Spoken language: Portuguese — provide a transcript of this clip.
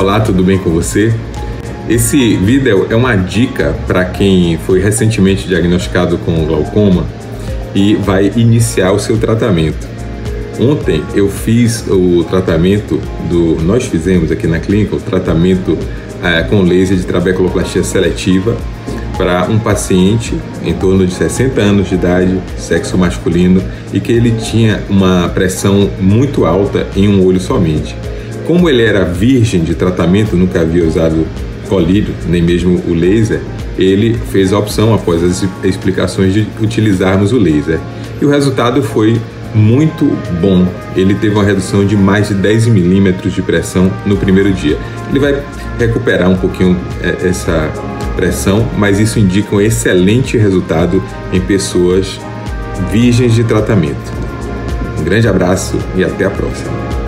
Olá, tudo bem com você? Esse vídeo é uma dica para quem foi recentemente diagnosticado com glaucoma e vai iniciar o seu tratamento. Ontem eu fiz o tratamento nós fizemos aqui na clínica o tratamento com laser de trabeculoplastia seletiva para um paciente em torno de 60 anos de idade, sexo masculino, e que ele tinha uma pressão muito alta em um olho somente. Como ele era virgem de tratamento, nunca havia usado colírio, nem mesmo o laser, ele fez a opção, após as explicações, de utilizarmos o laser. E o resultado foi muito bom. Ele teve uma redução de mais de 10 milímetros de pressão no primeiro dia. Ele vai recuperar um pouquinho essa pressão, mas isso indica um excelente resultado em pessoas virgens de tratamento. Um grande abraço e até a próxima.